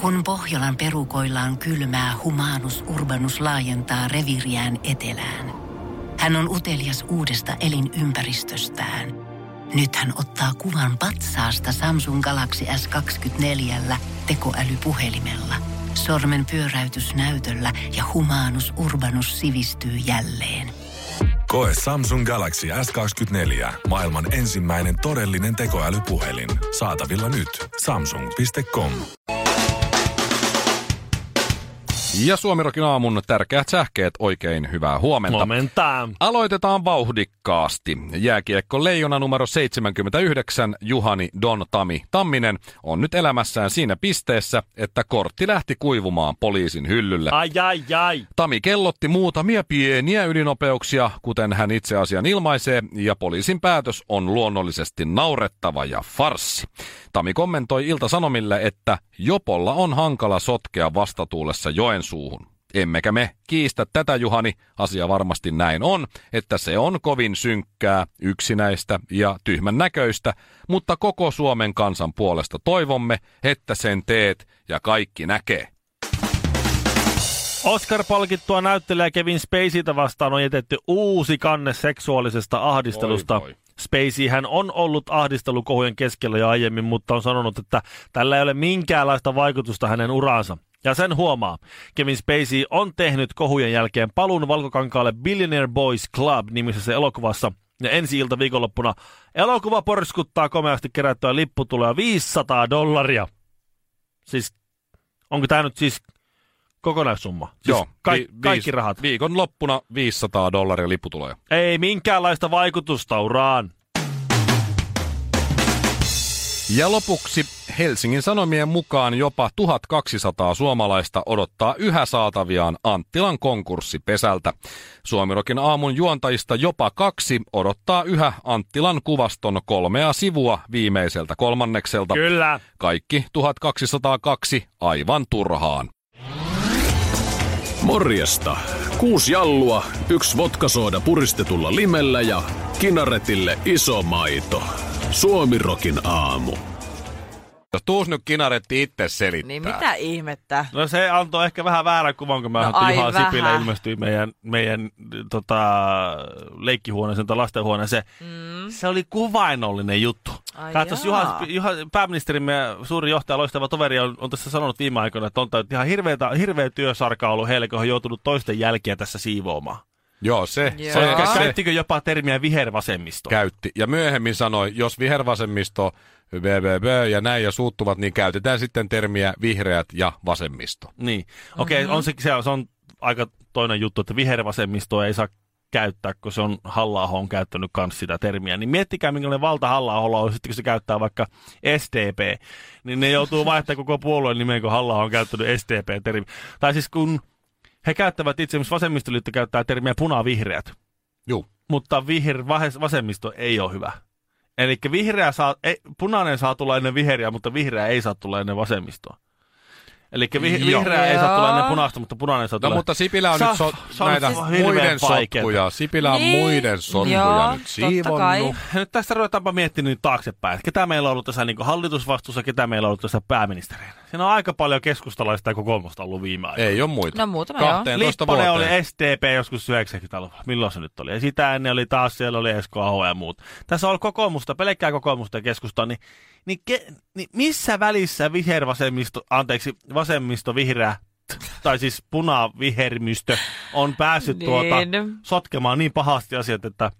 Kun Pohjolan perukoillaan kylmää, Humanus Urbanus laajentaa reviiriään etelään. Hän on utelias uudesta elinympäristöstään. Nyt hän ottaa kuvan patsaasta Samsung Galaxy S24 tekoälypuhelimella. Sormen pyöräytys näytöllä ja Humanus Urbanus sivistyy jälleen. Koe Samsung Galaxy S24. Maailman ensimmäinen todellinen tekoälypuhelin. Saatavilla nyt. Samsung.com. Ja Suomirokin aamun tärkeät sähkeet, oikein hyvää huomenta. Huomenta. Aloitetaan vauhdikkaasti. Jääkiekko leijona numero 79, Juhani Don Tami Tamminen, on nyt elämässään siinä pisteessä, että kortti lähti kuivumaan poliisin hyllylle. Ai. Tami kellotti muutamia pieniä ylinopeuksia, kuten hän itse asian ilmaisee, ja poliisin päätös on luonnollisesti naurettava ja farssi. Tami kommentoi Ilta-Sanomille, että Jopolla on hankala sotkea vastatuulessa Joensuuhun. Emmekä me kiistä tätä, Juhani. Asia varmasti näin on, että se on kovin synkkää, yksinäistä ja tyhmän näköistä, mutta koko Suomen kansan puolesta toivomme, että sen teet ja kaikki näkee. Oscar-palkittua näyttelijä Kevin Spaceytä vastaan on jätetty uusi kanne seksuaalisesta ahdistelusta. Voi. Spacey hän on ollut ahdistelukohujen keskellä jo aiemmin, mutta on sanonut, että tällä ei ole minkäänlaista vaikutusta hänen uraansa. Ja sen huomaa. Kevin Spacey on tehnyt kohujen jälkeen paluun Valkokankaalle Billionaire Boys Club-nimisessä elokuvassa. Ja ensi ilta viikonloppuna elokuva porskuttaa komeasti kerättyä lipputuloja $500. Siis, onko tämä nyt siis kokonaissumma? Siis Joo, kaikki rahat. Viikon loppuna $500 lipputuloja. Ei minkäänlaista vaikutusta uraan. Ja lopuksi Helsingin Sanomien mukaan jopa 1200 suomalaista odottaa yhä saataviaan Anttilan konkurssipesältä. Suomirokin aamun juontajista jopa 2 odottaa yhä Anttilan kuvaston 3 sivua viimeiseltä kolmannekselta. Kyllä. Kaikki 1202 aivan turhaan. Morjesta. 6 jallua, 1 vodkasooda puristetulla limellä ja Kinaretille iso maito. Suomirokin aamu. Jos tuus nyt Kinaretti itse selittää. Niin mitä ihmettä? No se antoi ehkä vähän väärän kuvan, kun mä Juha Sipilä ilmestyi meidän leikkihuoneeseen tai lastenhuoneeseen. Se oli kuvainnollinen juttu. Katsos, Juha, pääministerimme suuri johtaja, loistava toveri on tässä sanonut viime aikoina, että on ihan hirveä työsarka ollut heille, kun on joutunut toisten jälkiä tässä siivoamaan. Joo, se. Käyttikö jopa termiä vihervasemmisto? Käytti. Ja myöhemmin sanoi, jos vihervasemmisto, BBB ja näin ja suuttuvat, niin käytetään sitten termiä vihreät ja vasemmisto. Niin. Okei, se on aika toinen juttu, että vihervasemmistoa ei saa käyttää, kun se on Halla-aho on käyttänyt myös sitä termiä. Niin miettikää, minkälainen valta Halla-aholla on, sitten kun se käyttää vaikka SDP, niin ne joutuu vaihtamaan koko puolueen nimeen, kun Halla-aho on käyttänyt SDP-termiä. Tai siis kun he käyttävät itse asiassa vasemmistoliitto käyttää termiä punavihreät. Joo. Mutta vasemmisto ei ole hyvä. Eli punainen saa tulla ennen vihreää, mutta vihreä ei saa tulla ennen vasemmistoa. Eli vihreä ei saa tulla ennen punaista, mutta punainen saa tulla. No mutta Sipilä on nyt näitä muiden sotkuja. Sipilä on muiden sotkuja nyt siivonnut. Nyt tästä ruvetaanpa miettimään nyt taaksepäin. Ketä meillä on ollut tässä niin hallitusvastuussa, ketä meillä on ollut tässä pääministerinä. Siinä on aika paljon keskustalaista ja kokoomusta ollut viime aikoina. Ei ole muita. No muutama joo. Lipponen oli SDP joskus 90-luvulla. Milloin se nyt oli? Ja sitä ennen oli taas, siellä oli Esko Aho ja muut. Tässä on kokoomusta, pelkkää kokoomusta ja keskustaa, niin missä välissä vasemmisto vihreä, tai siis punavihermistö on päässyt sotkemaan niin pahasti asiat, että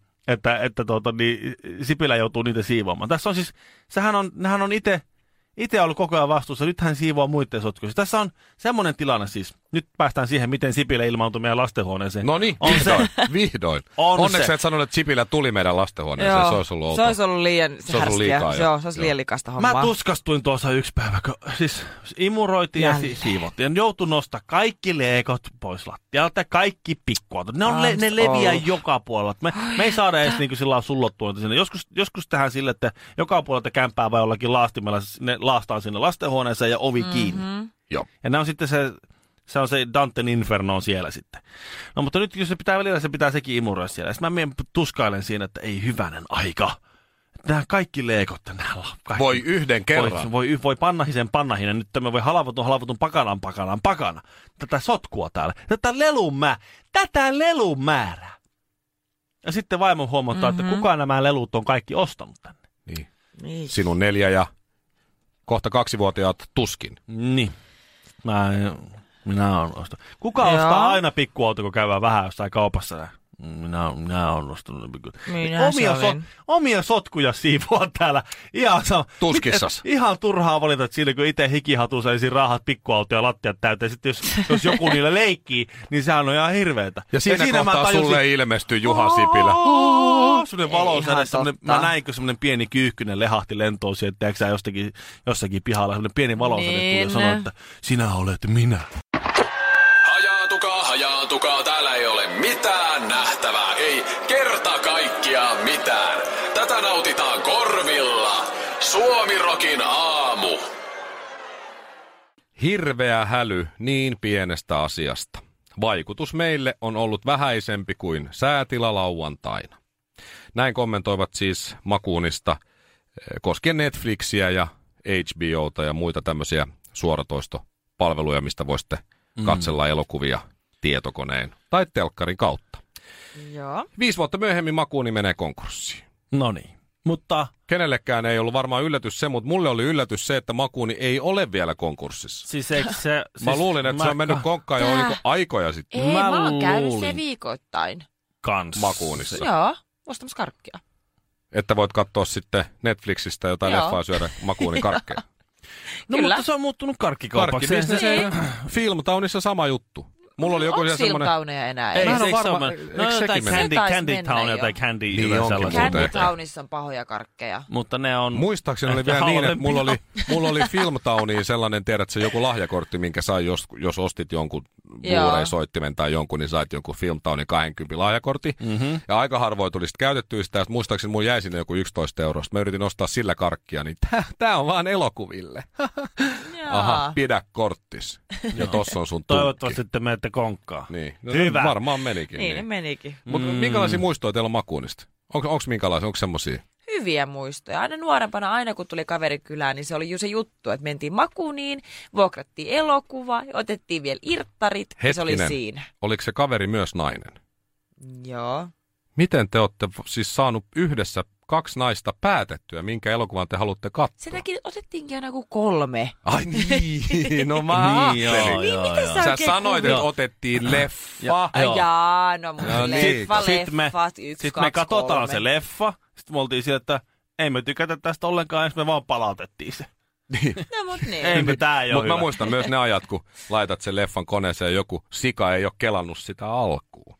Sipilä joutuu niitä siivoamaan. Tässä on siis, nehän on itse ollut koko ajan vastuussa, nyt hän siivoaa muiden sotkuissa. Tässä on semmoinen tilanne siis. Nyt päästään siihen, miten Sipilä ilmaantui meidän lastenhuoneeseen. No niin, vihdoin. Onneksi et sanonut, että Sipilä tuli meidän lastenhuoneeseen. Joo, se olisi ollut outo. Se olisi ollut liian härskiä. Joo, se olisi liian likasta hommaa. Mä tuskastuin tuossa yksi päivä, kun siis imuroitiin ja siivottiin. Joutui nostaa kaikki leekot pois lattialta, kaikki pikkuautot. Ne leviää joka puolella. Me ei saada edes niin sillä sullottua sinne. Joskus tehdään sille, että joka puolelta kämpää vai jollakin laastimella ne laastaan sinne lastenhuoneeseen ja ovi kiinni. Joo. Ja ne on sitten se on se Danten Inferno on siellä sitten. No mutta nyt jos se pitää välillä, se pitää sekin imuroida siellä. Sitten mä tuskailen siinä, että ei hyvänen aika. nämä kaikki leekot tänään. Voi yhden kerran. Voi pannahinen. Nyt me voi halavutun pakana. Tätä sotkua täällä. Tätä lelun määrää. Ja sitten vaimo huomattaa, että kuka nämä lelut on kaikki ostanut tänne. Niin. Sinun 4 ja kohta 2-vuotiaat tuskin. Niin. Minä olen ostanut. Kuka ostaa aina pikkuauto, kun käydään vähän jossain kaupassa? Minä olen ostanut. Omia sotkuja siivoa täällä. Tuskissas. Ihan turhaa valita, että siinä kun itse hikihatussa ensin raahat pikkuautoja lattiat täyteen. Sitten jos joku niillä leikkii, niin sehän on ihan hirveetä. Ja siinä kohtaa sulle ilmestyy Juha Sipilä. Semmoinen valosäde, mä näin, kun semmoinen pieni kyyhkynen lehahti lentoon sieltä, teeksä jossakin pihalla, semmoinen pieni valosäde tuli ja sanoi, että sinä olet minä. Hajaantukaa, täällä ei ole mitään nähtävää, ei kerta kaikkiaan mitään. Tätä nautitaan korvilla. Suomi-rokin aamu. Hirveä häly niin pienestä asiasta. Vaikutus meille on ollut vähäisempi kuin säätila lauantaina. Näin kommentoivat siis Makuunista koskien Netflixiä ja HBOta ja muita tämmöisiä suoratoistopalveluja, mistä voisitte katsella elokuvia tietokoneen tai telkkarin kautta. Joo. 5 vuotta myöhemmin Makuuni menee konkurssiin. No niin, mutta... Kenellekään ei ollut varmaan yllätys se, mutta mulle oli yllätys se, että Makuuni ei ole vielä konkurssissa. Mä luulin, että se on mennyt konkkaan jo aikoja sitten. Ei, mä oon käynyt se viikoittain. Makuunissa. Joo, ostamassa karkkia. Että voit katsoa sitten Netflixistä jotain leffaa ja syödä Makuunin karkkeja. No kyllä. Mutta se on muuttunut karkkikaupaksi. Filmtownissa sama juttu. Mulla oli joku semmoinen... Filmtownia enää? Ei, no tai Candy Townia tai Candy niin Candy Townissa on pahoja karkkeja. Mutta ne on... Muistaakseni oli vielä niin, että mulla oli Filmtowniin sellainen, tiedätkö, joku lahjakortti, minkä sai, jos ostit jonkun Blu-ray-soittimen tai jonkun, niin sait jonkun Filmtownin 20 lahjakortti. Ja aika harvoin tuli sitten käytettyä sitä, ja muistaakseni mulla jäi sinne joku 11 €. Mä yritin ostaa sillä karkkia, niin tää on vaan elokuville. Aha, pidä korttis. Ja tossa on sun tukki. Toivottavasti sitten menette konkkaan. Niin. No, hyvä. Varmaan menikin. Niin menikin. Mutta minkälaisia muistoja teillä on Makuunista? Onko minkälaisia? Onko semmosia? Hyviä muistoja. Aina nuorempana, aina kun tuli kaveri kylään, niin se oli jo se juttu, että mentiin Makuuniin, vuokrattiin elokuva, otettiin vielä irttarit, ja se oli siinä. Oliko se kaveri myös nainen? Joo. Miten te olette siis saanut yhdessä 2 naista päätettyä, minkä elokuvan te haluatte katsoa? Sitäkin otettiinkin aina kuin 3. Ai niin, no mä ajattelin. Niin, miten sä sanoit, että otettiin leffa. Jaa, no mutta leffat, 1, 2, Sitten me katsotaan se leffa. Sitten me oltiin siellä, että ei me tykätä tästä ollenkaan, edes me vaan palautettiin se. No mut niin. Ei me tää ei ole Mutta mä muistan myös ne ajat, kun laitat sen leffan koneeseen ja joku sika ei ole kelannut sitä alkuun.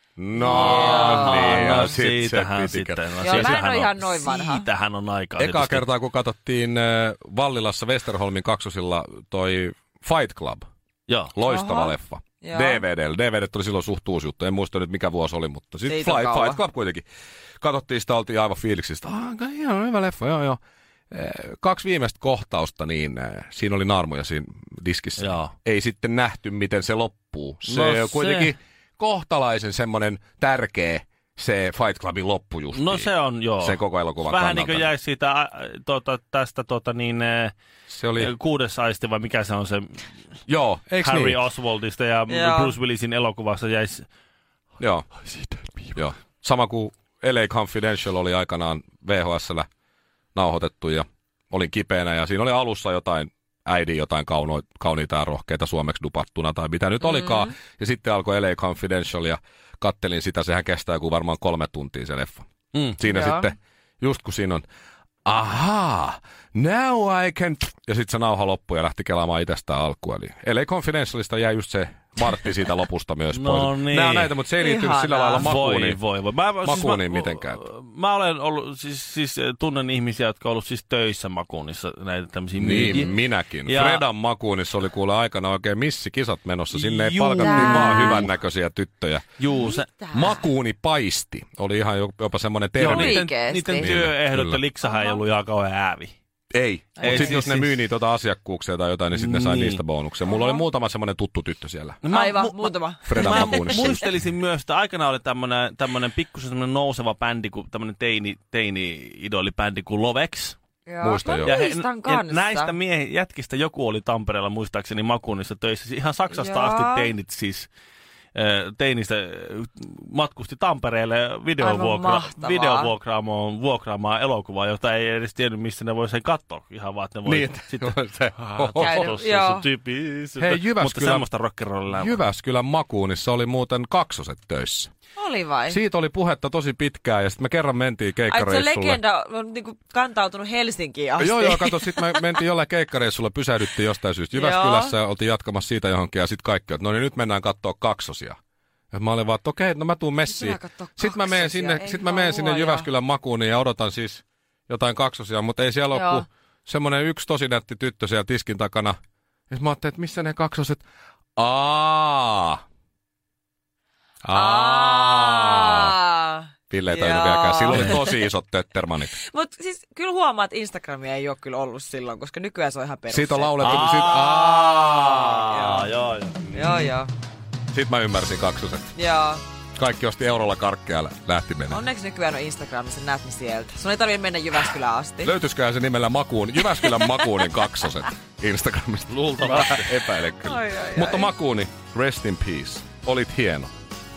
No, siitähän sitten. Joo, mä en ole ihan noin vanha. Siitähän on aikaa. Ekaa kertaa, kun katsottiin Vallilassa Westerholmin kaksosilla toi Fight Club. Joo. Loistava leffa. DVD oli silloin suht uusi juttu. En muista nyt mikä vuosi oli, mutta sitten Fight Club kuitenkin. Katsottiin sitä, oltiin aivan fiiliksistä. Ihan hyvä leffa, joo. 2 viimeistä kohtausta, niin siinä oli naarmuja siinä diskissä. Joo. Ei sitten nähty, miten se loppuu. Se on kuitenkin kohtalaisen semmoinen tärkeä se Fight Clubin loppu just. No se on, joo. Sen koko elokuvan vähän kannalta. Niin kuin jäi siitä tästä se oli 6. aisti, vai mikä se on se joo, Harry niin? Oswaldista ja Bruce Willisin elokuvassa jäisi. Joo. Joo. Sama kuin LA Confidential oli aikanaan VHS:llä nauhoitettu ja olin kipeänä ja siinä oli alussa jotain kauniita ja rohkeita suomeksi dupattuna tai mitä nyt olikaan. Ja sitten alkoi LA Confidential ja kattelin sitä, sehän kestää joku varmaan 3 tuntia se leffa. Siinä sitten, just kun siinä on, ahaa, now I can, ja sitten se nauha loppui ja lähti kelaamaan itsestään alkuun. Eli LA Confidentialista jäi just se vartti siitä lopusta myös pois. No niin. Nämä on näitä, mutta se ei liittynyt sillä lailla Makuuniin. Voi. Makuuniin mitenkään. Mä olen ollut, siis tunnen ihmisiä, jotka on ollut siis töissä Makuunissa, näitä tämmöisiä niin, minäkin. Ja Fredan Makuunissa oli kuule aikana oikein missikisat menossa. Sinne ei palkattiin vaan hyvännäköisiä tyttöjä. Makuuni paisti oli ihan jopa semmoinen termi. Niiden työehdot ja liksahan ei ollut ihan kauhean äävi. Ei. Mutta sitten jos ne myy niitä asiakkuuksia tai jotain, niin sitten ne sai niistä bonuksia. Mulla oli muutama semmoinen tuttu tyttö siellä. No aivan, muutama. Freda Makuunissa. Muistelisin myös, että aikana oli tämmönen pikkusen semmoinen nouseva bändi, tämmöinen teini-idolibändi kuin Lovex. Muistan jo. Ja näistä jätkistä joku oli Tampereella muistaakseni Makuunissa töissä. Ihan Saksasta asti teinit siis. Teinistä matkusti Tampereelle videovuokraamaan elokuvaa, jota ei edes tiennyt, missä ne voi sen katsoa. Ihan vaan, että ne voi sitten Hei, mutta semmoista rock'n'roll-elämää. Jyväskylän Makuunissa oli muuten kaksoset töissä. Oli vai? Siitä oli puhetta tosi pitkään ja sitten me kerran mentiin keikkareissulle. Se legenda on niinku kantautunut Helsinkiin asti. Joo, kato, sitten me mentiin jollain keikkareissulla, pysähdyttiin jostain syystä Jyväskylässä ja oltiin jatkamassa siitä johonkin ja sitten kaikki, että no niin nyt mennään katsoa kaksosia. Ja mä olin vaan, että okei, no mä tuun messiin. Sitten mä menen sinne Jyväskylän Makuuniin ja odotan siis jotain kaksosia, mutta ei siellä ole kuin semmoinen yksi tosi nätti tyttö siellä tiskin takana. Ja mä ajattelin, että missä ne kaksoset? Ville ei tajunnut vieläkään. Silloin oli tosi isot töttermanit. Mutta siis kyllä huomaat, että Instagramia ei ole kyllä ollut silloin, koska nykyään se on ihan perus. Siitä on laulettu. Joo. Sitten mä ymmärsin kaksoset. Joo. Kaikki osti eurolla karkkeja ja lähti mennä. Onneksi nykyään on Instagramissa, näet ne sieltä. Sun ei tarvitse mennä Jyväskylään asti. Löytyisikään se nimellä Jyväskylän Makuunin kaksoset Instagramista. Luultavasti. Epäile kyllä. Mutta Makuuni, rest in peace. Olit hieno.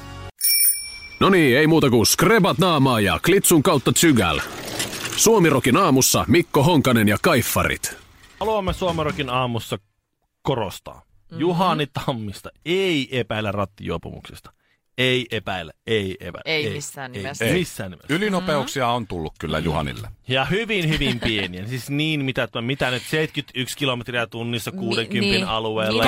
No niin, ei muuta kuin skrebat naamaa ja klitsun kautta tsygäl. Suomirokin aamussa Mikko Honkanen ja Kaiffarit. Haluamme Suomirokin aamussa korostaa. Juhani Tammista ei epäillä rattijuopumuksesta. Ei epäillä. Ei missään nimessä. Missään nimessä. Ylinopeuksia on tullut kyllä Juhanille. Ja hyvin pieniä. Siis niin, mitä nyt 71 kilometriä tunnissa 60 alueella.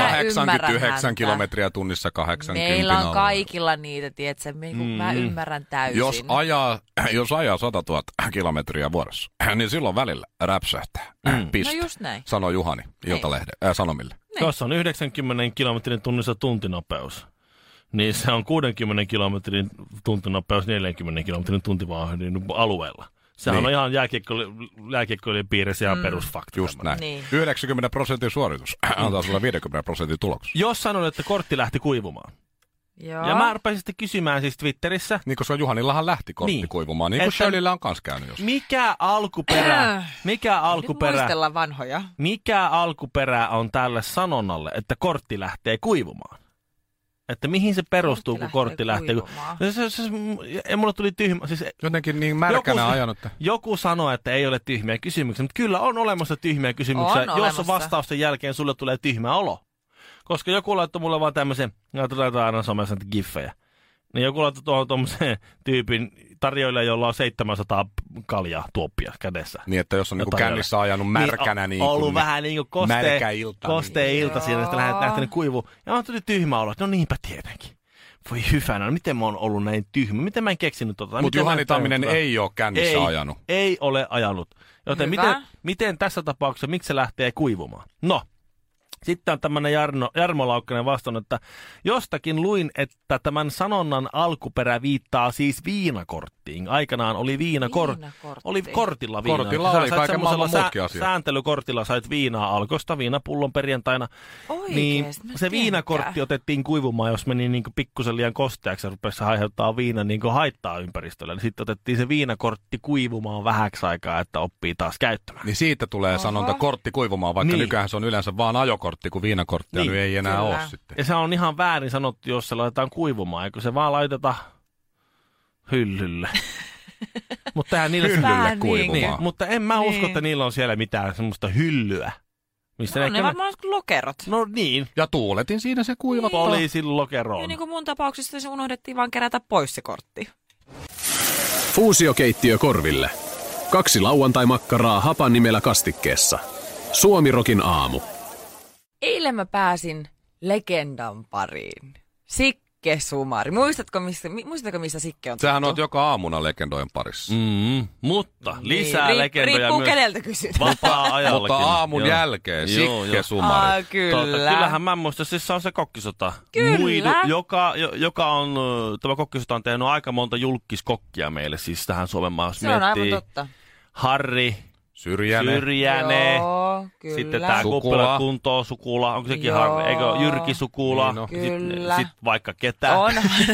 89 kilometriä tunnissa 80 Meillä on alueella. Kaikilla niitä, tietsä. Mä ymmärrän täysin. Jos ajaa 100 000 kilometriä vuodessa, niin silloin välillä räpsähtää. Piste. No just näin. Sanoi Juhani Iltalehden Sanomille. Jos on 90 kilometrin tunnissa tuntinopeus, niin se on 60 kilometrin tuntinopeus 40 kilometrin tuntivauhdin alueella. Sehän on ihan jääkiekkoilijan piirissä ihan perusfakta. Just näin. Niin. 90% suoritus antaa sulle 50% tuloksia. Jos sanon, että kortti lähti kuivumaan. Joo. Ja mä rupesin sitten kysymään siis Twitterissä. Niin, koska Juhanillahan lähti kortti kuivumaan, niin kuin Shirleyllä on kans käynyt jos. Mikä alkuperä? Muistellaan vanhoja. Mikä alkuperä on tälle sanonnalle, että kortti lähtee kuivumaan? Että mihin se perustuu, kun kortti lähtee kuivumaan? Mulla tuli tyhmä. Siis jotenkin niin märkänä ajanut. Joku sanoi, että ei ole tyhmiä kysymyksiä, mutta kyllä on olemassa tyhmiä kysymyksiä, jos vastausten jälkeen sulle tulee tyhmä olo. Koska joku laittoi mulle vaan tämmöisen, laitetaan aina somessa giffejä. Niin joku laittoi tuohon tommosen tyypin tarjoille, jolla on 700 kaljaa tuoppia kädessä. Niin, että jos on niinku kännissä ajanut märkänä niin ollut vähän niinku kostea ilta siinä, sitten lähtenyt kuivuun. Ja mä tuli tyhmä olo, että no niinpä tietenkin. Voi hyvänä, miten mä oon ollut näin tyhmä? Miten mä en keksinyt tota? Mutta Juhani Tamminen ei ole kännissä ajanut. Ei ole ajanut. Joten miten tässä tapauksessa, miksi se lähtee kuivumaan? No. Sitten on tämmöinen Jarmo Laukkanen vastannut, että jostakin luin, että tämän sanonnan alkuperä viittaa siis viinakorttiin. Aikanaan oli oli kortilla viinaa. Kortilla oli kaiken maailman muutkin asiat. Sääntelykortilla sait viinaa alkosta, viinapullon perjantaina. Oikeesti? Niin se viinakortti otettiin kuivumaan, jos meni niin pikkusen liian kosteaksi ja rupesi aiheuttaa viina niin haittaa ympäristölle. Niin sitten otettiin se viinakortti kuivumaan vähäksi aikaa, että oppii taas käyttämään. Niin siitä tulee sanonta kortti kuivumaan, vaikka nykyään se on yleensä vaan ajokortti, kun viinakorttia nyt ei enää ole sitten. Ja se on ihan väärin sanottu, jos se laitetaan kuivumaan, eikö se vaan laiteta hyllylle. Mutta tähän niillä hyllylle kuivumaan. Niin, mutta en mä usko, että niillä on siellä mitään semmoista hyllyä. Mistä ne varmaan lokerot. No niin. Ja tuuletin siinä se kuiva. Poliisin lokeroon. Ja niin kuin mun tapauksessa se unohdettiin vaan kerätä pois se kortti. Fuusiokeittiö korville. 2 lauantai-makkaraa hapan nimellä kastikkeessa. Suomirokin aamu. Eilen mä pääsin legendan pariin. Sikke Sumari. Muistatko, missä Sikke on tuttu? Sähän oot joka aamuna legendojen parissa. Mutta lisää legendoja riippuu myös. keneltä kysytään. Vapaa-ajallakin. Mutta aamun jälkeen Sikke Sumari. Kyllä. Kyllähän mä muistan, siis se on se kokkisota. Kyllä. Joka on, tämä kokkisota on tehnyt aika monta julkiskokkia meille, siis tähän Suomen maahan. Se on aivan totta. Harri, Syrjäne. Joo, kyllä. Sitten tää Sukula. Kuppila Kuntoo Sukula, onko sekin eikö Jyrki Sukula? Niin, no. Kyllä. Sitten vaikka ketä. On.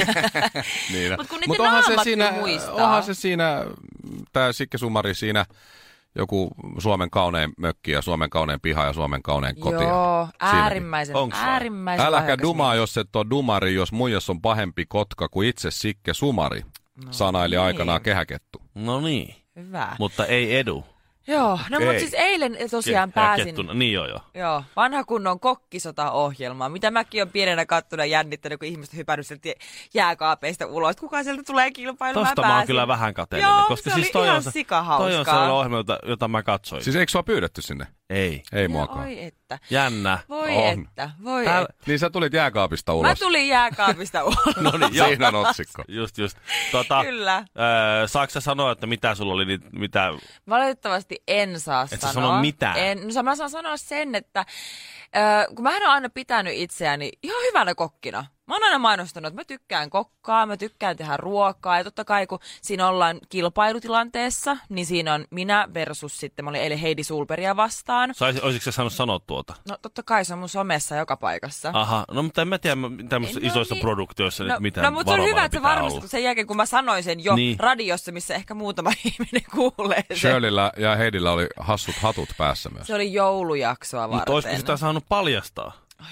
Niin. Mutta kun niiden Mut onhan naamatkin se siinä, tää Sikke Sumari siinä, joku Suomen kaunein mökki ja Suomen kaunein piha ja Suomen kaunein koti. Joo, äärimmäisen Äläkä lahjakas dumaa, mies. jos et ole dumari, jos muijas on pahempi kotka kuin itse Sikke Sumari, sanaili aikanaan Kehäkettu. No niin, Hyvä. mutta ei edu. Joo, no mutta siis eilen tosiaan pääsin. Kettuna. Niin joo. Joo, vanha kunnon kokkisota-ohjelma, mitä mäkin olen pienenä kattuna jännittänyt, kun ihmiset on hypännyt sieltä jääkaapeista ulos. Kuka sieltä tulee kilpailemaan? Tosta mä oon kyllä vähän kateellinen. Joo, koska se siis oli ihan sikahauskaa. toi on sellainen ohjelma, jota mä katsoin. Siis eikö sua pyydetty sinne? Ei. Ei muakaan. Oi että. Jännä. Voi On. että. Niin sä tulit jääkaapista ulos. Mä tulin jääkaapista ulos. No niin, joo. Siinä on otsikko. Just. Kyllä. Saatko sä sanoa, että mitä sulla oli, mitä... Valitettavasti en saa Et sä sanoa. sano mitään? No mä saan sanoa sen, että kun mähän olen aina pitänyt itseäni ihan hyvänä kokkina. Mä oon aina mainostanut, että mä tykkään kokkaa, mä tykkään tehdä ruokaa. Ja totta kai kun siinä ollaan kilpailutilanteessa, niin siinä on minä versus sitten, mä olin eilen Heidi Sulberia vastaan. Olisitko sä saanut sanoa tuota? No totta kai se on mun somessa joka paikassa. Aha, no mutta en mä tiedä tämmöisissä isoissa produktioissa nyt mitään No mutta se on hyvä, että se pitää varmasti olla. sen jälkeen, kun mä sanoin sen jo Niin. radiossa, missä ehkä muutama ihminen kuulee sen. Shirleyllä ja Heidillä oli hassut hatut päässä myös. Se oli joulujaksoa varten. Mutta olisiko sitä saanut paljastaa? Ai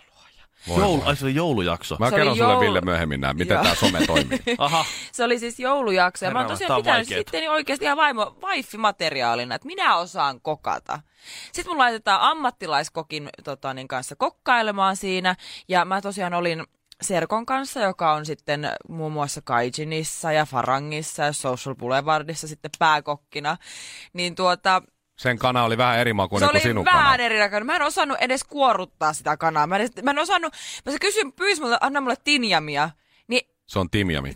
hyvä luoja. Se oli joulujakso. Mä Se oli kerron sulle Ville myöhemmin näin, miten Joo. tää some toimii. Aha. Se oli siis joulujakso ja mä oon Herra, tosiaan tää on pitänyt vaikeet. sitten oikeasti ihan wifi-materiaalina, että minä osaan kokata. Sitten mun laitetaan ammattilaiskokin kanssa kokkailemaan siinä ja mä tosiaan olin Serkon kanssa, joka on sitten muun muassa Kaijinissa ja Farangissa ja Social Boulevardissa sitten pääkokkina, niin Sen kana oli vähän eri makuinen se kuin oli sinun kana. vähän erinäköinen. Mä en osannut edes kuorruttaa sitä kanaa. Mä en osannut, pyysi multa, anna mulle tinjamia. Niin Se on timjami.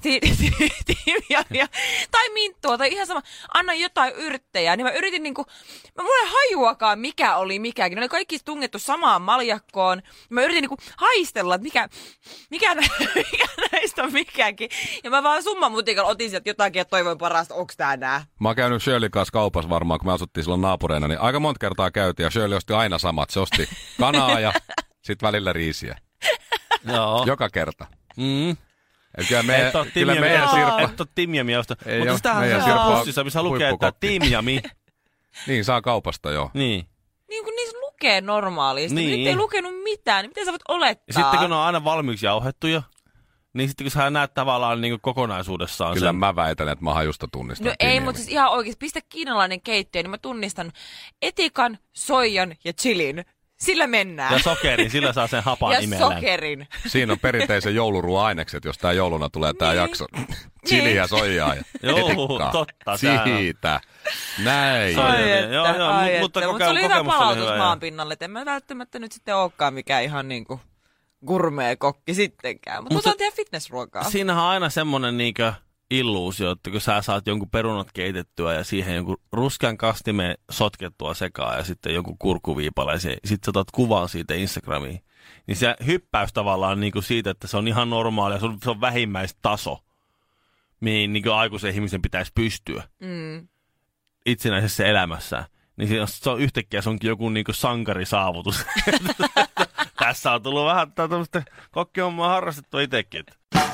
timjamia tai minttua tai ihan sama, anna jotain yrttejä. Niin mä yritin niinku, mulla ei hajuakaan mikä oli mikäkin. Ne oli kaikki tungettu samaan maljakkoon. Mä yritin niinku haistella, että mikä näistä on mikäkin. Ja mä vaan summamutikalla otin sieltä jotakin ja toivoin parasta, onks tää nää? Mä oon käynyt Shirleyn kanssa kaupassa varmaan, kun me asuttiin silloin naapureina, niin aika monta kertaa käytiin ja Shirley osti aina samat. Se osti kanaa ja sit välillä riisiä. Joo. Joka kerta. Mm. Kyllä meidän Sirpa... Et ole timjamia osta. Ei Mutta oo. sitähän Meidän on Sirpa on pussissa, missä lukee, että huippukokki. timjami. Niin, saa kaupasta joo. Niin. Niin kuin niissä lukee normaalisti. Niin. Nyt ei lukenut mitään. Miten sä voit olettaa? Ja sitten kun ne on aina valmiiksi jauhettuja, niin sitten kun sä näet tavallaan niin kokonaisuudessaan Kyllä sen. mä väitän, että mä hajusta tunnistan. No ei, mutta siis ihan oikeesti, pistä kiinalainen keittiö, niin mä tunnistan etikan, soijan ja chilin. Sillä mennään. Ja sokerin, sillä saa sen hapan Ja imellään. sokerin. Siinä on perinteisen jouluruoan ainekset, jos tää jouluna tulee tää jakso. Chili ja soijaa ja Joo, etikkaa. totta, Siitä. Näin. Ai, Joo, mutta se oli hyvä palautus maanpinnalle, että en mä välttämättä nyt sitten olekaan mikään ihan niinku gourmet-kokki sittenkään. Mutta otan tehdä fitnessruokaa. Siinähän on aina semmonen niinkö illuusio, että kun sä saat jonkun perunat keitettyä ja siihen jonkun ruskean kastimeen sotkettua sekaan ja sitten jonkun kurkkuviipale ja sitten sä otat kuvan siitä Instagramiin, niin se hyppäys tavallaan niinku siitä, että se on ihan normaalia, se on vähimmäistaso, mihin niinku aikuisen ihmisen pitäisi pystyä itsenäisessä elämässään. Niin se on yhtäkkiä se onkin joku niinku sankarisaavutus. Tässä on tullut vähän tämmöistä kokkihommaa harrastettua itsekin.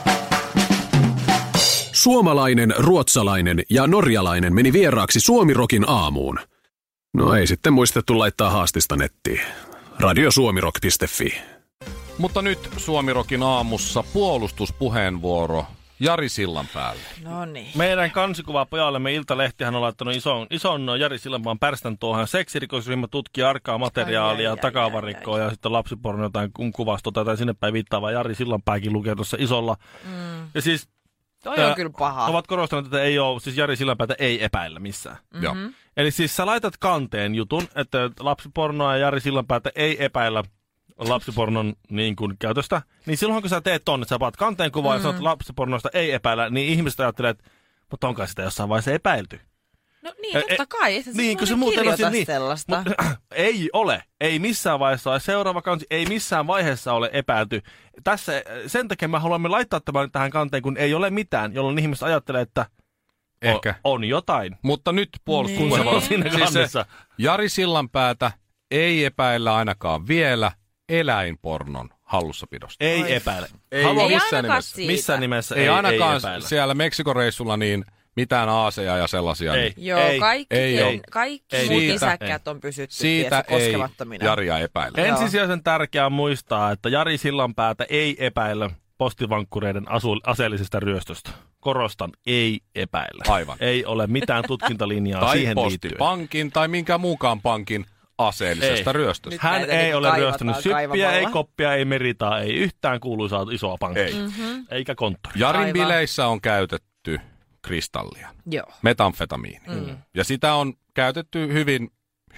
Suomalainen, ruotsalainen ja norjalainen meni vieraaksi Suomirokin aamuun. No ei sitten muistettu laittaa haastista nettiin. Radiosuomirok.fi. Mutta nyt Suomirokin aamussa puolustuspuheenvuoro Jari Sillanpäälle. No niin. Meidän kansikuva pojallemme Iltalehtihän on laittanut ison Jari Sillanpään pärstän tuohon. Seksirikosryhmä tutkii arkaa materiaalia, takavarikkoa ja sitten lapsiporno jotain kuvastoa tai sinne päin viittaavaa. Jari Sillanpääkin lukee tuossa isolla. Ja siis Toi on kyllä paha. ovat korostaneet, että ei ole, siis Jari Sillanpäätä ei epäillä missään. Joo. Eli siis sä laitat kanteen jutun, että lapsipornoa ja Jari Sillanpäätä ei epäillä lapsipornon niin kuin käytöstä, niin silloin kun sä teet tonne, sä paat kanteen kuvaa ja sanot lapsipornosta ei epäillä, niin ihmiset ajattelee, että mutta onko sitä jossain vaiheessa epäilty? No niin, totta kai. Eihän niin, kun se muuten muuten kirjoita niin, sellaista. Ei ole. Ei missään vaiheessa ole. Seuraava kansi ei missään vaiheessa ole epäilty. Tässä, sen takia me haluamme laittaa tämän tähän kanteen, kun ei ole mitään, jolloin ihmiset ajattelee, että Ehkä. On jotain. Mutta nyt puolustuspuheenvuoro. Siinä Siis kannessa. Jari Sillanpäätä ei epäillä ainakaan vielä eläinpornon hallussapidosta. Ei epäile. Ei Ei missään ainakaan nimessä. siitä. Missään nimessä Ei ainakaan epäile. siellä Meksikoreissulla niin mitään aaseja ja sellaisia. Ei. Niin Joo, kaikki muut Siitä- nisäkkäät on pysytty siitä ei koskemattomina. Jaria epäile. Ensisijaisen tärkeää on muistaa, että Jari Sillanpäätä ei epäile postivankkureiden aseellisesta ryöstöstä. Korostan, ei epäile. Aivan. Ei ole mitään tutkintalinjaa Tai siihen liittyen. postipankin tai minkään muukaan pankin aseellisesta Ei. ryöstöstä. Nyt Hän näitä ei niinku ole kaivataan ryöstänyt syppiä, kaivamalla. ei koppia, ei meritaa, ei yhtään kuuluisaa isoa pankkia. Ei. Eikä konttori. Jarin Aivan. bileissä on käytetty kristallia, Joo. metamfetamiini. Ja sitä on käytetty hyvin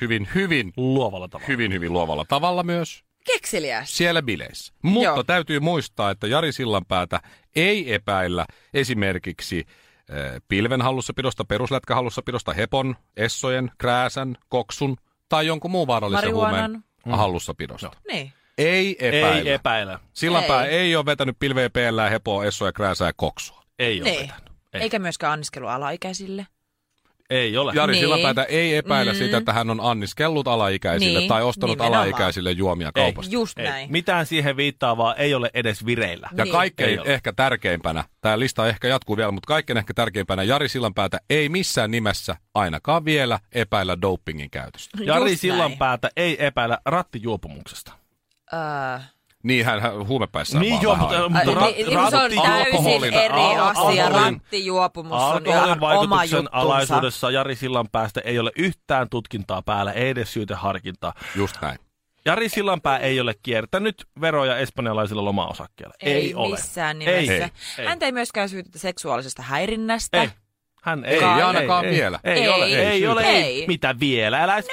Luovalla tavalla. hyvin luovalla tavalla myös Kekseliäs. siellä bileissä. Mutta Joo. täytyy muistaa, että Jari Sillanpäätä ei epäillä esimerkiksi pilven hallussapidosta, peruslätkähallussapidosta, hepon, essojen, krääsän, koksun tai jonkun muun vaarallisen huumeen Marihuanan. hallussapidosta. Niin. Ei epäillä. Ei epäile. Sillanpää ei ole vetänyt pilveä peellää, hepoa, essoja, krääsää ja koksua. Ei ole Niin. vetänyt. Ei. Eikä myöskään anniskelu alaikäisille. Ei ole. Jari Niin. Sillanpäätä ei epäile sitä, että hän on anniskellut alaikäisille Niin, tai ostanut nimenomaan. alaikäisille juomia kaupasta. Just Ei. näin. Mitään siihen viittaavaa ei ole edes vireillä. Ja Niin. kaikkein Ei ole. ehkä tärkeimpänä, tämä lista ehkä jatkuu vielä, mutta kaikkein ehkä tärkeimpänä Jari Sillanpäätä ei missään nimessä ainakaan vielä epäillä dopingin käytöstä. Jari Just Sillanpäätä ei epäillä rattijuopumuksesta. näin. Niin hän huumepäissään Niin vaan joo, vähän mutta- aikaa. mutta Niin, se on täysin alkoholin- eri asia. alkoholin- Rattijuopumus on Alkoholin ihan oma vaikutuksen juttunsa. alaisuudessa Jari Sillanpäästä ei ole yhtään tutkintaa päällä, ei edes syyteharkintaa. Just näin. Jari Sillanpää ei ole kiertänyt veroja espanjalaisilla lomaosakkeilla. Ei ole. missään nimessä. Ei. Häntä ei myöskään syytetä seksuaalisesta häirinnästä. Ei. Hän ei. Ei ainakaan vielä. Ei ole. Ei ole. Ei. Mitä vielä? Älä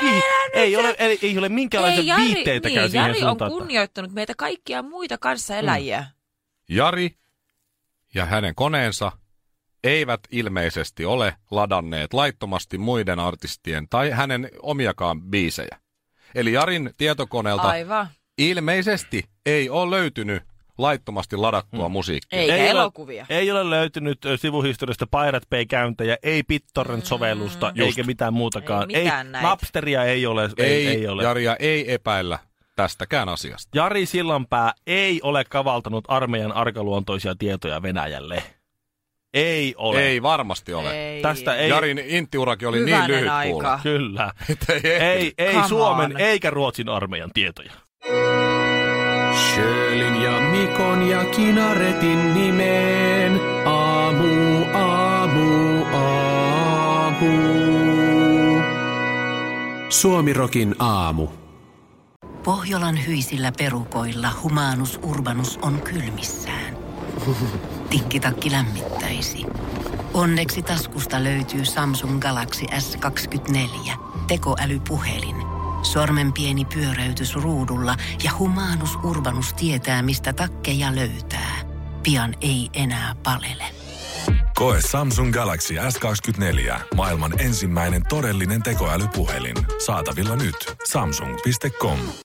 ei ole minkäänlaisia viitteitäkään niin, siihen Jari on suuntaan. että- kunnioittanut meitä kaikkia muita kanssaeläjiä. Jari ja hänen koneensa eivät ilmeisesti ole ladanneet laittomasti muiden artistien tai hänen omiakaan biisejä. Eli Jarin tietokoneelta Aivan. ilmeisesti ei ole löytynyt laittomasti ladattua musiikkia. Eikä Ei ole- elokuvia. Ei ole löytynyt sivuhistoriasta Pirate Bay-käyntejä, ei BitTorrent-sovellusta, eikä mitään muutakaan. Ei mitään näitä. Napsteria ei ole. Ei ole. Jaria ei epäillä tästäkään asiasta. Jari Sillanpää ei ole kavaltanut armeijan arkaluontoisia tietoja Venäjälle. Ei ole. Ei varmasti ole. Ei. Tästä ei. Jarin intiurakin oli Hyvänen niin lyhyt aika. kuulla. Kyllä. Ei. Ei Come Suomen on. eikä Ruotsin armeijan tietoja. Sjölin ja Mikon ja Kinaretin nimeen. Aamu, aamu, aamu. Suomirokin aamu. Pohjolan hyisillä perukoilla Humanus Urbanus on kylmissään. Tikkitakki lämmittäisi. Onneksi taskusta löytyy Samsung Galaxy S24. Tekoälypuhelin. Sormen pieni pyöräytys ruudulla ja Humanus Urbanus tietää, mistä takkeja löytää. Pian ei enää palele. Koe Samsung Galaxy S24. Maailman ensimmäinen todellinen tekoälypuhelin. Saatavilla nyt. Samsung.com.